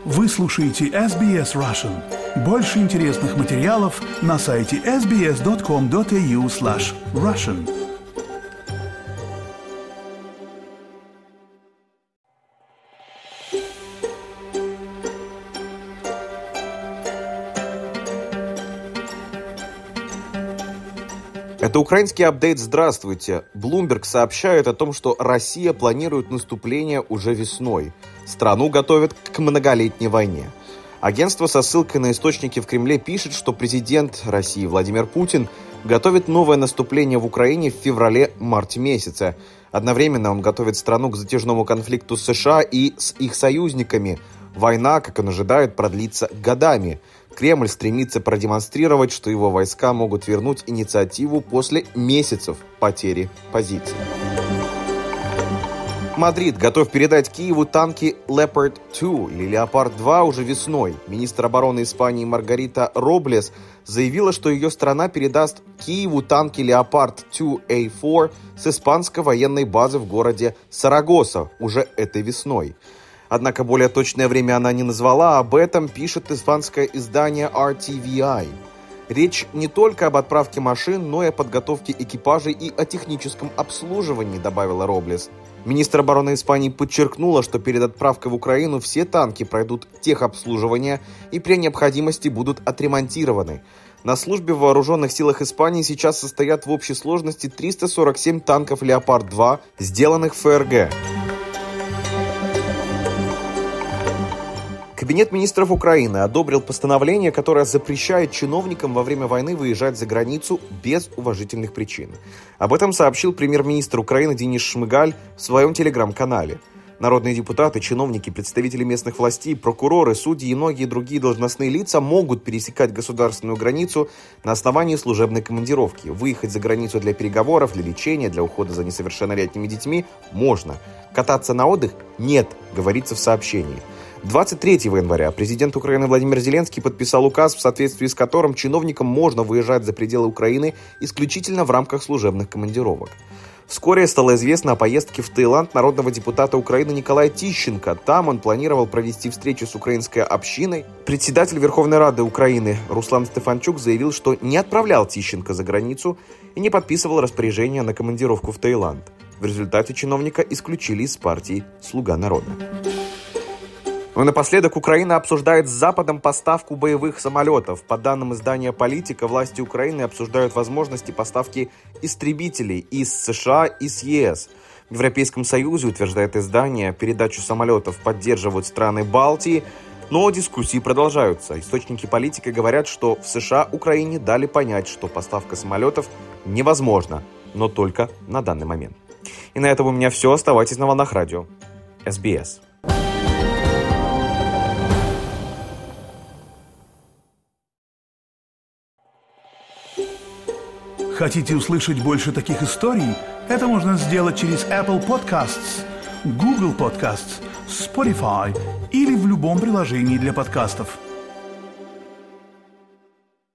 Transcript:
Вы слушаете SBS Russian. Больше интересных материалов на сайте sbs.com.au/russian. Это украинский апдейт. Здравствуйте. Bloomberg сообщает о том, что Россия планирует наступление уже весной. Страну готовят к многолетней войне. Агентство со ссылкой на источники в Кремле пишет, что президент России Владимир Путин готовит новое наступление в Украине в феврале-марте месяце. Одновременно он готовит страну к затяжному конфликту с США и с их союзниками. Война, как он ожидает, продлится годами. Кремль стремится продемонстрировать, что его войска могут вернуть инициативу после месяцев потери позиций. Мадрид готов передать Киеву танки Leopard 2 или Leopard 2 уже весной. Министр обороны Испании Маргарита Роблес заявила, что ее страна передаст Киеву танки Leopard 2A4 с испанской военной базы в городе Сарагоса уже этой весной. Однако более точное время она не назвала, об этом пишет испанское издание RTVI. Речь не только об отправке машин, но и о подготовке экипажей и о техническом обслуживании, добавила Роблес. Министр обороны Испании подчеркнула, что перед отправкой в Украину все танки пройдут техобслуживание и при необходимости будут отремонтированы. На службе в вооруженных силах Испании сейчас состоят в общей сложности 347 танков Leopard 2, сделанных в ФРГ. Кабинет министров Украины одобрил постановление, которое запрещает чиновникам во время войны выезжать за границу без уважительных причин. Об этом сообщил премьер-министр Украины Денис Шмыгаль в своем телеграм-канале. Народные депутаты, чиновники, представители местных властей, прокуроры, судьи и многие другие должностные лица могут пересекать государственную границу на основании служебной командировки. Выехать за границу для переговоров, для лечения, для ухода за несовершеннолетними детьми можно. Кататься на отдых нет, говорится в сообщении. 23 января президент Украины Владимир Зеленский подписал указ, в соответствии с которым чиновникам можно выезжать за пределы Украины исключительно в рамках служебных командировок. Вскоре стало известно о поездке в Таиланд народного депутата Украины Николая Тищенко. Там он планировал провести встречу с украинской общиной. Председатель Верховной Рады Украины Руслан Стефанчук заявил, что не отправлял Тищенко за границу и не подписывал распоряжение на командировку в Таиланд. В результате чиновника исключили из партии «Слуга народа». Ну и напоследок Украина обсуждает с Западом поставку боевых самолетов. По данным издания «Политика», власти Украины обсуждают возможности поставки истребителей из США и с ЕС. В Европейском Союзе, утверждает издание, передачу самолетов поддерживают страны Балтии, но дискуссии продолжаются. Источники «Политика» говорят, что в США Украине дали понять, что поставка самолетов невозможна, но только на данный момент. И на этом у меня все. Оставайтесь на волнах радио SBS. Хотите услышать больше таких историй? Это можно сделать через Apple Podcasts, Google Podcasts, Spotify или в любом приложении для подкастов.